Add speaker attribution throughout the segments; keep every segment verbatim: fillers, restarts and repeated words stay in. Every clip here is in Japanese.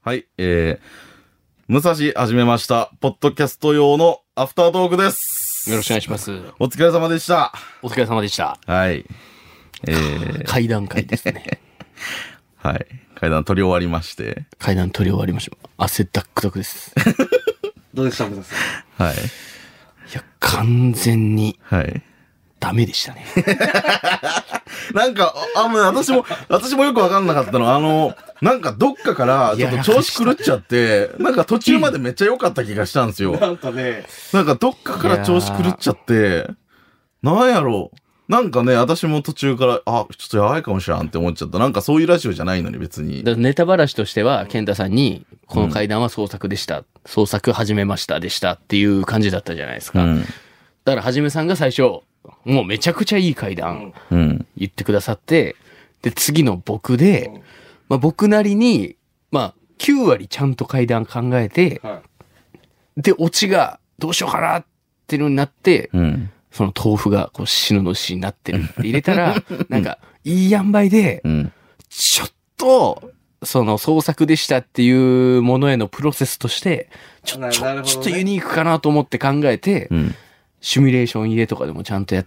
Speaker 1: はい、えー、武蔵始めました。ポッドキャスト用のアフタートークです。
Speaker 2: よろしくお願いします。
Speaker 1: お疲れ様でした。
Speaker 2: お疲れ様でした。
Speaker 1: はい。えー、
Speaker 2: 階段会ですね。
Speaker 1: はい。階段取り終わりまして。
Speaker 2: 階段取り終わりました。汗ダックダクです。
Speaker 3: どうでした武蔵さ
Speaker 1: ん。はい。い
Speaker 2: や、完全に。
Speaker 1: はい。
Speaker 2: ダメでしたね。
Speaker 1: なんか、あ、もう私も、私もよくわかんなかったのは、あの、なんかどっかからちょっと調子狂っちゃって、なんか途中までめっちゃ良かった気がしたんですよ。
Speaker 3: なんかね、
Speaker 1: なんかどっかから調子狂っちゃって、なんやろう。なんかね、私も途中から、あ、ちょっとやばいかもしれんって思っちゃった。なんかそういうラジオじゃないのに別に。
Speaker 2: ネタばらしとしては、健太さんに、この階段は創作でした。うん、創作始めましたでしたっていう感じだったじゃないですか。うん、だからはじめさんが最初、もうめちゃくちゃいい階段、うん、言ってくださって、で、次の僕で、うん、まあ僕なりに、まあきゅう割ちゃんと階段考えて、はい、で、オチがどうしようかなっていうのになって、うん、その豆腐がこう死ぬの死になってるって入れたら、なんかいい塩梅で、うん、ちょっと、その創作でしたっていうものへのプロセスとして、ちょ、ちょ、ちょっとユニークかなと思って考えて、うん、シミュレーション入れとかでもちゃんとやって、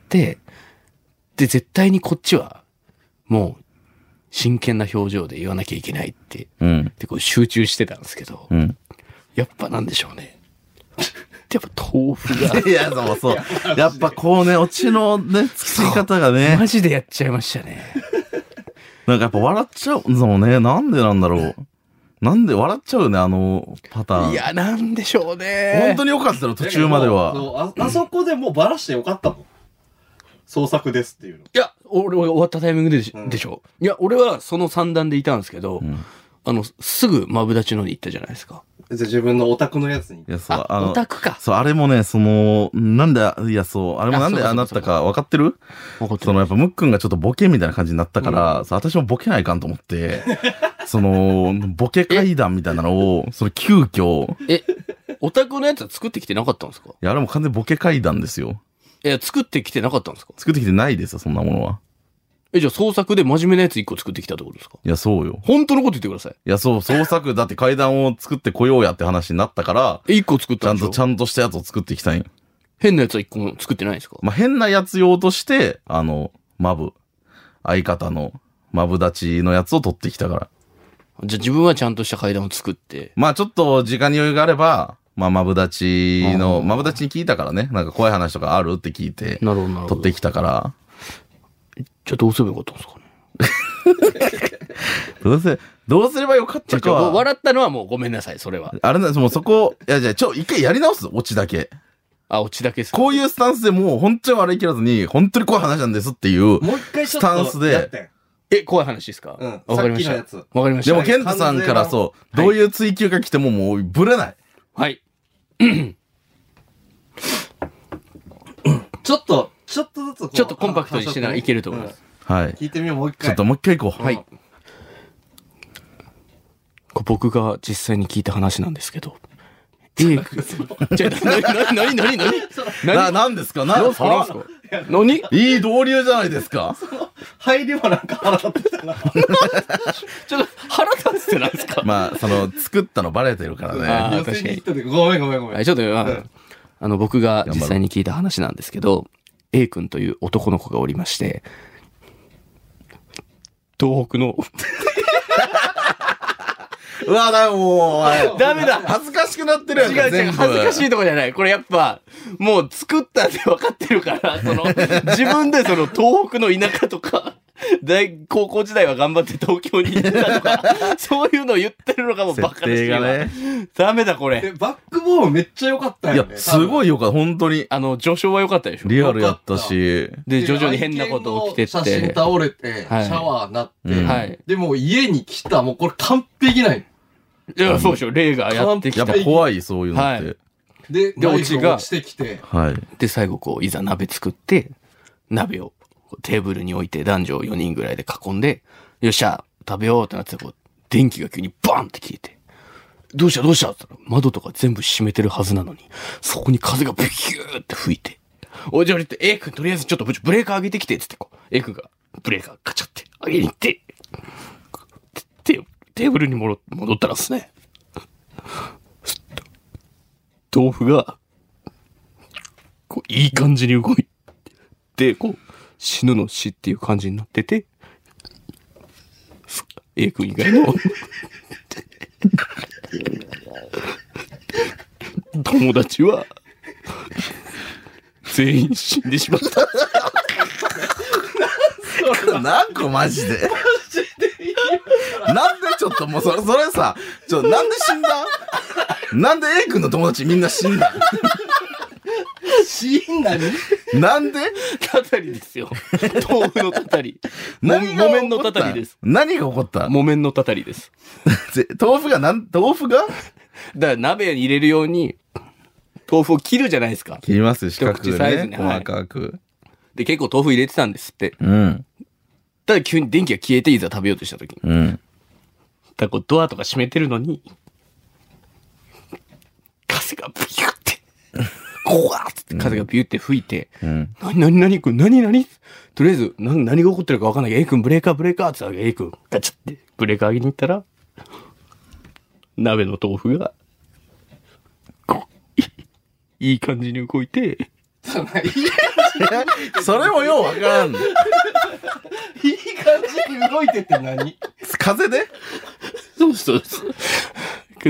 Speaker 2: で、絶対にこっちは、もう、真剣な表情で言わなきゃいけないって、うん、でこう集中してたんですけど、うん、やっぱなんでしょうね。やっぱ豆腐が。
Speaker 1: いや、そうそう。やっぱこうね、オチのね、作り方がね。
Speaker 2: マジでやっちゃいましたね。
Speaker 1: なんかやっぱ笑っちゃうんだもんね。なんでなんだろう。なんで笑っちゃうね、あのパターン。
Speaker 2: いや、なんでしょうね。
Speaker 1: 本当によかったの、途中までは。
Speaker 3: あ, あそこでもうバラしてよかったもん。創作ですっていうの。
Speaker 2: いや、俺は終わったタイミングで し,、うん、でしょ。いや、俺はその三段でいたんですけど、うん、あの、すぐマブダチのに行ったじゃないですか。
Speaker 3: じゃあ自分のオタクのやつに。
Speaker 1: いや、そう、
Speaker 2: あの、オタクか。
Speaker 1: そう、あれもね、その、なんで、いや、そう、あれもなんでああなったか分かってる？分かってる。その、やっぱムックンがちょっとボケみたいな感じになったから、うん、私もボケないかんと思って、その、ボケ階段みたいなのを、その急遽。
Speaker 2: え、オタクのやつは作ってきてなかったんですか？
Speaker 1: いや、あれも完全にボケ階段ですよ。
Speaker 2: いや、作ってきてなかったんですか？
Speaker 1: 作ってきてないですよ、そんなものは。
Speaker 2: え、じゃあ創作で真面目なやつ一個作ってきたってことですか？
Speaker 1: いや、そうよ。
Speaker 2: 本当のこと言ってください。
Speaker 1: いや、そう、創作、だって階段を作ってこようやって話になったから、
Speaker 2: え、一個作ったんでしょ？
Speaker 1: ちゃんと、ちゃんとしたやつを作っていきたいん。
Speaker 2: 変なやつは一個も作ってないですか？
Speaker 1: まあ、変なやつ用として、あの、マブ、相方のマブダチのやつを取ってきたから。
Speaker 2: じゃあ自分はちゃんとした階段を作って。
Speaker 1: まあ、ちょっと時間に余裕があれば、まあ、マブダチの、マブダチに聞いたからね、なんか怖い話とかあるって聞いて、
Speaker 2: なるほど、なるほど。
Speaker 1: 取ってきたから。
Speaker 2: じゃあどうすればよかったんですかね。
Speaker 1: どうせ、どうすればよかったかは。
Speaker 2: 笑ったのはもうごめんなさい、それは。
Speaker 1: あれなんです、もうそこ、いやじゃあ、ちょ、一回やり直す、オチだけ。
Speaker 2: あ、オチだけですか。
Speaker 1: こういうスタンスでもう、本当に笑い切らずに、本当に怖い話なんですっていう、もう一回スタンスで。
Speaker 2: え、怖い話ですか？
Speaker 3: うん。
Speaker 2: わかりました。わかりました。
Speaker 1: でも、ケントさんからそう、どういう追求が来てももう、ブレない。
Speaker 2: はい。
Speaker 3: ちょっと、ちょっとずつ
Speaker 2: ちょっとコンパクトにしてないけると思います。
Speaker 1: はい。
Speaker 3: 聞いてみよう、もう一回。
Speaker 1: ちょっともう一回行こう。
Speaker 2: はい。僕が実際に聞いた話なんですけど。A 君。じゃ、なになになになになに
Speaker 1: な、なんですかな、
Speaker 2: なんすか何い
Speaker 1: い導入じゃないですか。
Speaker 3: 入りはなんか腹立ってたな。
Speaker 2: ちょっと腹立つってなんですか？
Speaker 1: まあ、その、作ったのバレてるからね。
Speaker 3: ああ、確かに。ごめんごめんごめん。
Speaker 2: はい、ちょっと、まあ、あの、僕が実際に聞いた話なんですけど、A 君という男の子がおりまして、東北の
Speaker 1: うわ、だ、も
Speaker 2: う、ダメだ
Speaker 1: 恥ずかしくなってるやん。
Speaker 2: 違う違う、恥ずかしいとこじゃない。これやっぱ、もう作ったって分かってるから、その、自分でその東北の田舎とか、大、高校時代は頑張って東京に行ったとか、そういうのを言ってるのがもうバカですよ。ね、ダメだこれ。
Speaker 3: バックボーンめっちゃ良かったよね。
Speaker 1: いや、すごい良かった、本当に。
Speaker 2: あの、序章は良かったでしょ。
Speaker 1: リアルやったし。
Speaker 2: で、徐々に変なこと起きてって。
Speaker 3: 写真倒れて、
Speaker 2: はい、
Speaker 3: シャワーなって、
Speaker 2: はい、
Speaker 3: でも家に来た、もうこれ完璧ない。
Speaker 2: いや、そうでしょ。霊がやってきた。
Speaker 1: やっぱ怖い、そういうのって。はい、
Speaker 3: で、
Speaker 2: で、オチが、
Speaker 3: 落ちてきて。
Speaker 1: はい。
Speaker 2: で、最後こう、いざ鍋作って、鍋をテーブルに置いて男女よにんぐらいで囲んで、よっしゃ、食べようってなってこう、電気が急にバーンって消えて、どうしたどうしたって言ったら、窓とか全部閉めてるはずなのに、そこに風がビューって吹いて、おい、じゃあ、A 君とりあえずちょっとブレーカー上げてきて、つってこう、A 君がブレーカーカチャって上げに行って、テーブルに戻ったらですね、 豆腐が、こう、いい感じに動いて、こう、死ぬの死っていう感じになってて、A 君以外の友達は、全員死んでしまった。
Speaker 1: 何個マジでなんでちょっともうそれ、それさ、ちょ、なんで死んだなんで A 君の友達みんな死んだ
Speaker 3: 死んだに
Speaker 1: なんで
Speaker 2: たたりですよ。豆腐のたたり。も、木綿のたたりです。
Speaker 1: 何が起こった
Speaker 2: 木綿のたたりです。
Speaker 1: 豆腐がなん、豆腐が
Speaker 2: だから鍋に入れるように、豆腐を切るじゃないですか。
Speaker 1: 切りますよ、四角く
Speaker 2: 一口サイズ
Speaker 1: ね。
Speaker 2: にはい
Speaker 1: 細かく。
Speaker 2: で、結構豆腐入れてたんですって。
Speaker 1: うん。
Speaker 2: ただ急に電気が消えていざ食べようとした時に。
Speaker 1: うん。
Speaker 2: だからこうドアとか閉めてるのに、風がビューって、こわーって風がビューって吹いて、
Speaker 1: うん。
Speaker 2: なになになにくん、なになにとりあえず、な何が起こってるか分かんないけど、A 君ブレーカーブレーカーって言ったら A 君ガチャってブレーカー上げに行ったら、鍋の豆腐が、こう、いい感じに動いて、
Speaker 1: それもようわからん。
Speaker 3: いい感じに動いてって何
Speaker 1: 風で
Speaker 2: そうですそうです。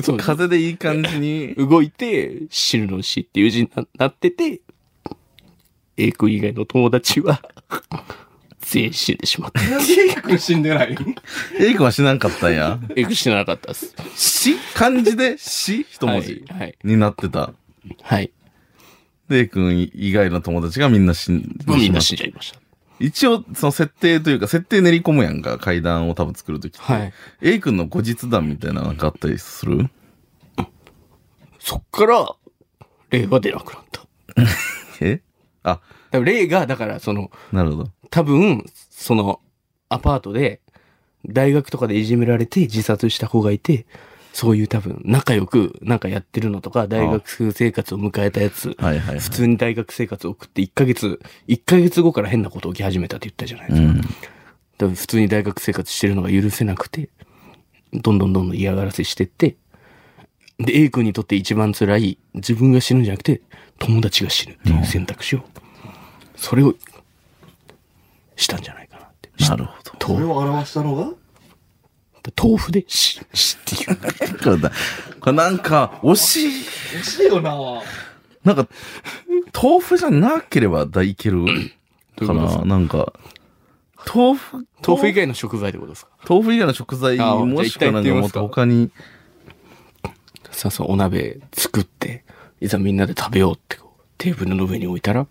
Speaker 2: そう
Speaker 1: 風でいい感じに。
Speaker 2: 動いて、死ぬの死っていう字になってて、A 君以外の友達は、全員死んでしまった。
Speaker 3: なんで A 君死んでない
Speaker 1: A 君は死なんかったんや。
Speaker 2: A 君死ななかったです。
Speaker 1: 死漢字で死一文字
Speaker 2: はい。はい。
Speaker 1: になってた。
Speaker 2: はい
Speaker 1: で A 君以外の友達がみんな死んで
Speaker 2: みんな死んじゃいました。
Speaker 1: 一応、その設定というか、設定練り込むやんか、階段を多分作るときって。
Speaker 2: はい。
Speaker 1: A 君の後日談みたいなのなんかあったりする
Speaker 2: そっから、霊は出なくなった。
Speaker 1: えあ、
Speaker 2: だから霊が、だからその、
Speaker 1: なるほど。
Speaker 2: 多分、その、アパートで、大学とかでいじめられて自殺した子がいて、そういう多分、仲良くなんかやってるのとか、大学生活を迎えたやつ、
Speaker 1: はいはいはい。
Speaker 2: 普通に大学生活を送っていっかげつ、いっかげつごから変なこと起き始めたって言ったじゃないですか。
Speaker 1: うん。
Speaker 2: だから普通に大学生活してるのが許せなくて、どんどんどんどん嫌がらせしてって、で、A 君にとって一番辛い、自分が死ぬんじゃなくて、友達が死ぬっていう選択肢を、それを、したんじゃないかなって。
Speaker 1: なるほど。
Speaker 3: それを表したのが
Speaker 2: 豆腐で死、死っていう。
Speaker 1: これだこれなんか、惜しい。
Speaker 3: 惜しいよな
Speaker 1: なんか、豆腐じゃなければいけるかななんか、豆腐、
Speaker 2: 豆腐以外の食材ってことですか？
Speaker 1: 豆腐以外の食材、
Speaker 2: あ
Speaker 1: もしくはなんかもっと他に。
Speaker 2: さあ、そう、お鍋作って、いざみんなで食べようってこう、テーブルの上に置いたら、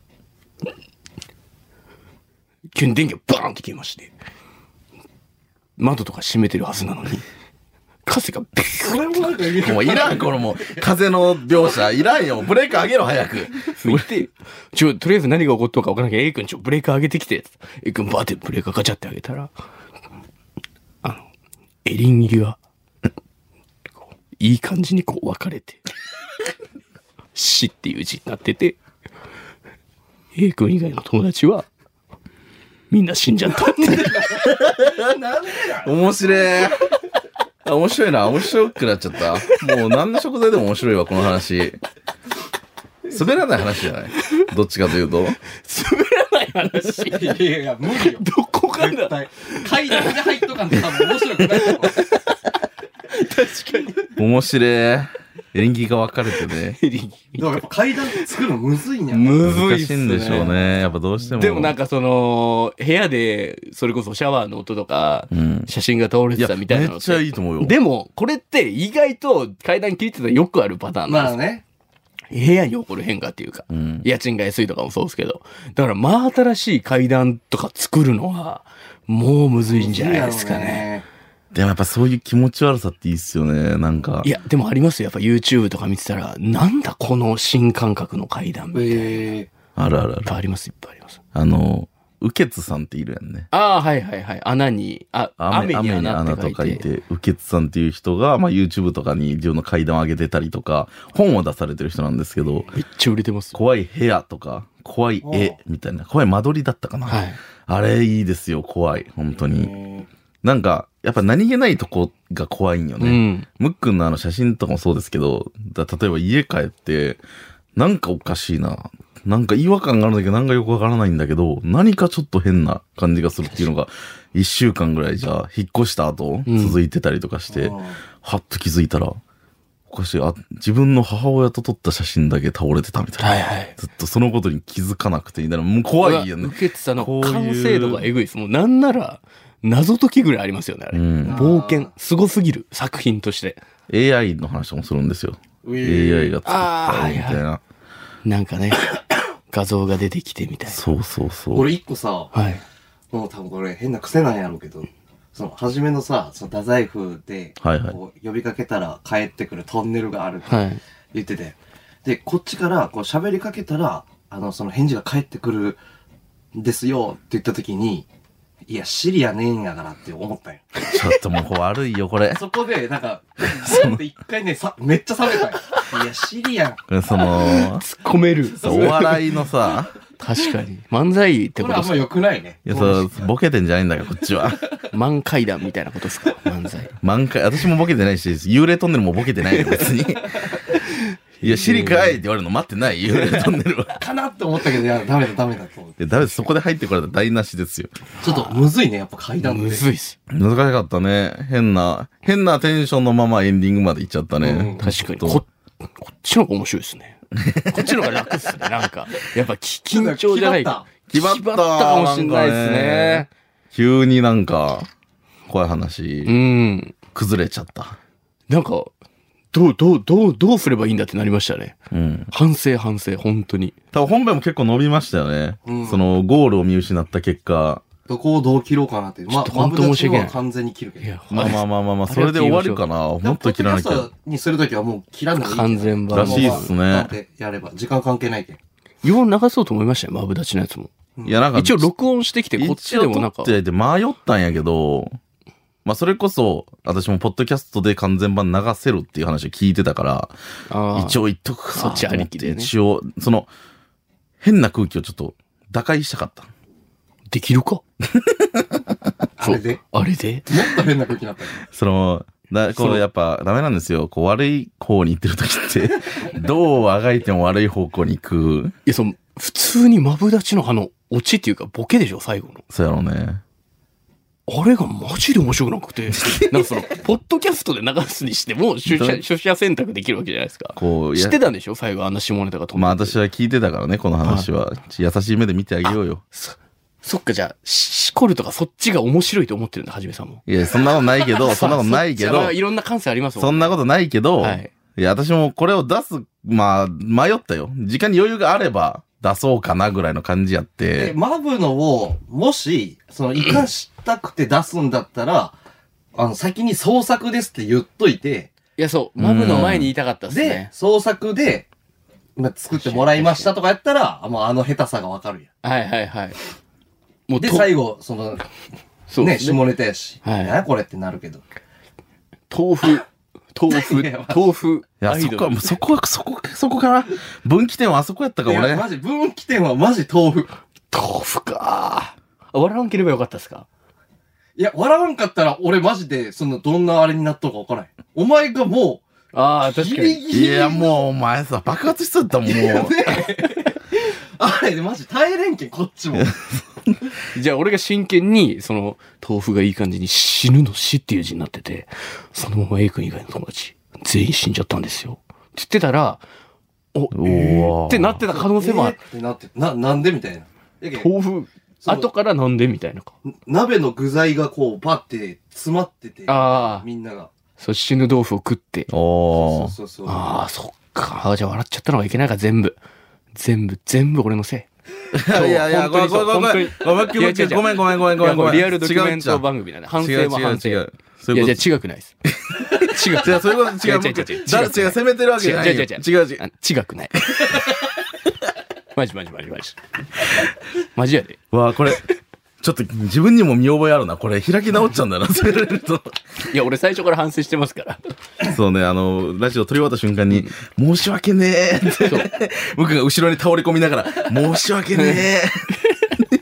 Speaker 2: 急に電気がバーンって消えまして、窓とか閉めてるはずなのに、風がビュー
Speaker 3: それもなんか言え
Speaker 1: もういらん、このもう、風の描写、いらんよ。ブレーカー上げろ、早く。
Speaker 2: 吹いて、ちょ、とりあえず何が起こったか分からなきゃ、A 君ちょ、ブレーカー上げてきて、A 君バーってブレーカーガチャって上げたら、あの、エリンギが、こういい感じにこう分かれて、死っていう字になってて、A 君以外の友達は、みんな死んじゃったって。
Speaker 3: なんでだ
Speaker 1: 面白い。あ、面白いな。面白くなっちゃった。もう何の食材でも面白いわ、この話。滑らない話じゃないどっちかというと。
Speaker 2: 滑らない話。
Speaker 3: いやいやいや、無理よ。
Speaker 2: どこかだ。
Speaker 3: 絶対。階段で入っとかんと多分面白くないと思う。
Speaker 2: 確かに。
Speaker 1: 面白い。演技が分かれてね。
Speaker 2: エリンギ。
Speaker 3: だからやっぱ階段作るのむずいんや。
Speaker 2: むずい
Speaker 1: 難
Speaker 2: っすね。
Speaker 1: しいんでしょうね。やっぱどうしても。
Speaker 2: でもなんかその、部屋で、それこそシャワーの音とか、
Speaker 1: うん
Speaker 2: 写真が倒れ
Speaker 1: いや、
Speaker 2: てたみたいなの
Speaker 1: めっちゃいいと思うよ。
Speaker 2: でも、これって意外と階段切ってたらよくあるパターンなんですよ。
Speaker 3: まあね。
Speaker 2: 部屋に起こる変化っていうか、
Speaker 1: うん。
Speaker 2: 家賃が安いとかもそうですけど。だから、真新しい階段とか作るのは、もうむずいんじゃないですかね。
Speaker 1: でもやっぱそういう気持ち悪さっていいっすよね。なんか。
Speaker 2: いや、でもありますよ。やっぱ YouTube とか見てたら、なんだこの新感覚の階段みたいな。いっ
Speaker 3: え
Speaker 1: あるあるある。
Speaker 2: ぱいあります、いっぱいあります。
Speaker 1: あの、ウケツさんっているやんね。
Speaker 2: ああ、はいはいはい。穴に、あ、雨に
Speaker 1: 雨に
Speaker 2: 穴
Speaker 1: 穴と
Speaker 2: って書いて。
Speaker 1: 書いて、ウケツさんっていう人が、まあ YouTube とかに自分の階段を上げてたりとか、本を出されてる人なんですけど、
Speaker 2: めっちゃ売れてます。
Speaker 1: 怖い部屋とか、怖い絵みたいな、怖い間取りだったかな。
Speaker 2: はい。
Speaker 1: あれいいですよ、怖い。本当に。
Speaker 3: ー。
Speaker 1: なんか、やっぱ何気ないとこが怖いんよね。うん、むっくんのあの写真とかもそうですけど、だ例えば家帰って、なんかおかしいな。なんか違和感があるんだけど、なんかよくわからないんだけど、何かちょっと変な感じがするっていうのが、一週間ぐらいじゃあ、引っ越した後、続いてたりとかして、うん、はっと気づいたら、おかしい、あ、自分の母親と撮った写真だけ倒れてたみたいな。はいはい。ずっとそのことに気づかなくていい。だからもう怖いよね。
Speaker 2: 受けてたの、完成度がえぐいです。もうなんなら、謎解きぐらいありますよね、あれ。うん、冒険。すごすぎる、作品として。
Speaker 1: エーアイ の話もするんですよ。エーアイ が作ったみたいな。はいはい、
Speaker 2: なんかね、画像が出てきてみたいな。
Speaker 1: そうそうそう。
Speaker 3: 俺一個さ、はい、もう多分これ変な癖なんやろうけど、その、初めのさ、その、太宰府で、はいはい、こう、呼びかけたら帰ってくるトンネルがあるって言ってて、はい、で、こっちから、こう、喋りかけたら、あの、その返事が返ってくるんですよって言った時に、いや、シリやねえんやからって思ったんよ。
Speaker 1: ちょっともう悪いよ、これ。
Speaker 3: そこで、なんか、そうって一回ね、さ、めっちゃ冷めたんよ。いや、シリやん。
Speaker 1: その、
Speaker 2: 突っ込める。
Speaker 1: お笑いのさ、
Speaker 2: 確かに。漫才ってことですか？
Speaker 3: これあんま良くないね。
Speaker 1: いや、そう、ボケてんじゃないんだから、こっちは。
Speaker 2: 漫階段みたいなことですか？漫才。
Speaker 1: 漫階、私もボケてないし、幽霊トンネルもボケてないよ、別に。いや、シリかいって言われるの待ってない、幽霊トンネルは。
Speaker 3: かなって思ったけど、いや、ダメだ、ダメだと思って。
Speaker 1: ダメです、そこで入ってこられたら台無しですよ。
Speaker 3: ちょっとむずいね、やっぱ階段って。
Speaker 2: むずいっす。
Speaker 1: 難しかったね。変な、変なテンションのままエンディングまで行っちゃったね。うん、
Speaker 2: 確かに。こ、こっちの方が面白いですね。こっちの方が楽っすね、なんか。やっぱ緊張じゃないか。
Speaker 1: 決まった。
Speaker 2: 決まったかもしんないですね。
Speaker 1: 急になんか、怖い話。うん。崩れちゃった。
Speaker 2: なんか、どう、どう、どう、どうすればいいんだってなりましたね。うん。反省反省、本当に。
Speaker 1: 多分本編も結構伸びましたよね。うん、その、ゴールを見失った結果。
Speaker 3: どこをどう切ろうかなって。まあ、本当申し訳ない。完全に切るけど。
Speaker 1: まあまあまあまあまあ、それで終わるかな。もっと切らなきゃ。
Speaker 3: にするときはもう切らない。
Speaker 2: 完全版。
Speaker 1: らしいっすね。
Speaker 3: やれば、時間関係ないけん。
Speaker 2: よう流そうと思いましたよ、マブダチのやつも。
Speaker 1: いや、なんか。
Speaker 2: 一応録音してきて、こっちでもなんか。
Speaker 1: 一応撮って迷ったんやけど、まあそれこそ、私もポッドキャストで完全版流せるっていう話を聞いてたから、一応言っとくか
Speaker 2: そっちありきでね。
Speaker 1: 一応、その、変な空気をちょっと打開したかった。
Speaker 2: できるか
Speaker 3: あれで
Speaker 2: あれで
Speaker 3: もっと変な空気になったよ。
Speaker 1: その、だこれやっぱダメなんですよ。こう悪い方に行ってる時って、どうあがいても悪い方向に行く。
Speaker 2: いや、その、普通にマブダチのあの、オチっていうかボケでしょ、最後の。
Speaker 1: そうやろうね。
Speaker 2: あれがマジで面白くなくて、なんかその、ポッドキャストで流すにしても、出社、出社選択できるわけじゃないですか。こう、知ってたんでしょ最後あんな下ネタが飛んで。
Speaker 1: まあ私は聞いてたからね、この話は。優しい目で見てあげようよ。
Speaker 2: そ、そっか、じゃあ、シコルとかそっちが面白いと思ってるんだ、はじめさんも。
Speaker 1: いや、そんなことないけど、そんなことないけど。
Speaker 2: いろんな感性ありますもん
Speaker 1: ね。そんなことないけど、はい。いや、私もこれを出す、まあ、迷ったよ。時間に余裕があれば、出そうかなぐらいの感じやって。
Speaker 3: マブのを、もし、その、生かしたくて出すんだったら、あの、先に創作ですって言っといて。
Speaker 2: いや、そう。マブの前に言いたかったっすね。
Speaker 3: で、創作で、まあ、作ってもらいましたとかやったら、もうあの下手さがわかる
Speaker 2: やん。はいはいはい。
Speaker 3: もうで、最後、その、そうね、下ネタやし。はい。なこれってなるけど。
Speaker 2: 豆腐。豆腐、豆腐。
Speaker 1: いや、そこは、そこは、そこ、そこから、分岐点はあそこやったか、俺。
Speaker 3: マジ、分岐点はマジ豆腐。
Speaker 2: 豆腐かー。笑わんければよかったっすか？
Speaker 3: いや、笑わんかったら、俺マジで、その、どんなあれになっとるかわからない。お前がも
Speaker 2: う、ああ、確かに。
Speaker 1: いや、もう、お前さ、爆発しとったもん、もう。
Speaker 3: あれ、マジ耐えれんけん、こっちも。
Speaker 2: じゃあ俺が真剣に、その、豆腐がいい感じに死ぬの死っていう字になってて、そのまま A 君以外の友達、全員死んじゃったんですよ。って言ってたら、お、えー、ってなってた可能性もある。
Speaker 3: えー、ってなって、な、なんでみたいな。
Speaker 2: 豆腐、後からなんでみたいなか。
Speaker 3: 鍋の具材がこう、パって詰まってて、あみんなが。
Speaker 2: そう、死ぬ豆腐を食って。
Speaker 1: お
Speaker 3: そうそうそう。
Speaker 2: ああ、そっか。じゃあ笑っちゃったのがいけないから全部。全部、全部俺のせい。
Speaker 1: いやいや、ごめんごめんごめん。ごめんごめんごめんごめんごめん。
Speaker 2: リアルドキュメント番組なんで、反省は反省。いやいや、違くないです。違う。
Speaker 1: 違う、そういうこと違う。違う違う違う。誰違う、責めてるわけじゃない。違う違う違う。違う違う。
Speaker 2: 違くない。マジマジマジマジ。マジやで。
Speaker 1: わあ、これ。ちょっと自分にも見覚えあるな。これ開き直っちゃうんだな。責められると。
Speaker 2: いや、俺最初から反省してますから。
Speaker 1: そうね、あの、ラジオ撮り終わった瞬間に、申し訳ねえって。僕が後ろに倒れ込みながら、申し訳ねえ。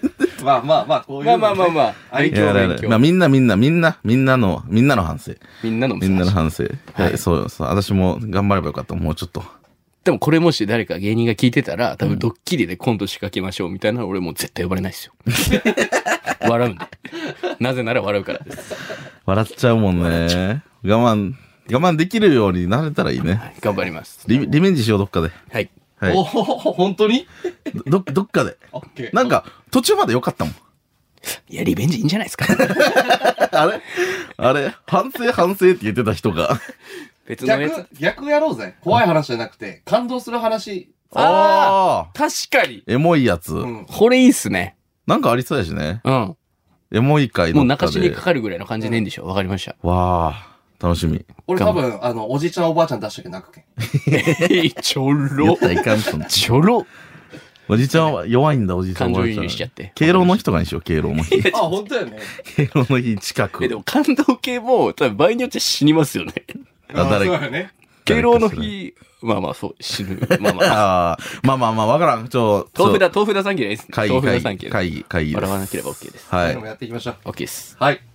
Speaker 3: まあまあまあ、こういう、
Speaker 2: ね。まあまあまあまあ。
Speaker 3: 愛
Speaker 1: 嬌勉強。まあみんなみんなみんな、みんなの、みんなの反省。
Speaker 2: みんなの
Speaker 1: みんなの反省。はい、そうそう。私も頑張ればよかった。もうちょっと。
Speaker 2: でもこれもし誰か芸人が聞いてたら、多分ドッキリでコント仕掛けましょうみたいなの俺もう絶対呼ばれないですよ。笑うんで。なぜなら笑うからです。
Speaker 1: 笑っちゃうもんね。我慢、我慢できるようになれたらいいね。はい、
Speaker 2: 頑張ります。
Speaker 1: リ。リベンジしよう、どっかで。
Speaker 2: はい。
Speaker 3: はい。おお、本当に
Speaker 1: ど、どっかで。なんか、途中まで良かったもん。
Speaker 2: いや、リベンジいいんじゃないですか。
Speaker 1: あれあれ反省反省って言ってた人が。
Speaker 2: 別のやつ。
Speaker 3: 逆、逆やろうぜ。怖い話じゃなくて、感動する話。
Speaker 2: ああ確かに。
Speaker 1: エモいやつ。
Speaker 2: うん、これいいっすね。
Speaker 1: なんかありそうやしね。
Speaker 2: うん。
Speaker 1: エモい回
Speaker 2: の。もう中死にかかるぐらいの感じでいいんでしょ。わ、うん、かりました。
Speaker 1: わあ。楽しみ。
Speaker 3: 俺多分、あの、おじいちゃんおばあちゃん出しとき泣くけん。
Speaker 2: ちょろ。
Speaker 1: いかんと
Speaker 2: ちょろ。
Speaker 1: おじいちゃんは弱いんだ、おじいちゃんおばあちゃん。
Speaker 2: 感情移入しちゃって。
Speaker 1: 敬老の日とかにしよう、敬老の日。
Speaker 3: あ、本当やね。
Speaker 1: 敬老の日近く。
Speaker 2: え、でも感動系も、多分場合によって死にますよね。
Speaker 3: あ、誰か。ね。
Speaker 2: 敬老の日、まあまあ、そう、死ぬ。まあまあ。
Speaker 1: あまあまあまあ、わからん。ちょ、
Speaker 2: 豆腐だ、豆腐ださんきでいいです。
Speaker 1: 会議、会議、会議、会議です。
Speaker 2: 笑わなければ OK です。
Speaker 1: はい。
Speaker 3: やっていきましょう。
Speaker 2: OK です。
Speaker 3: はい。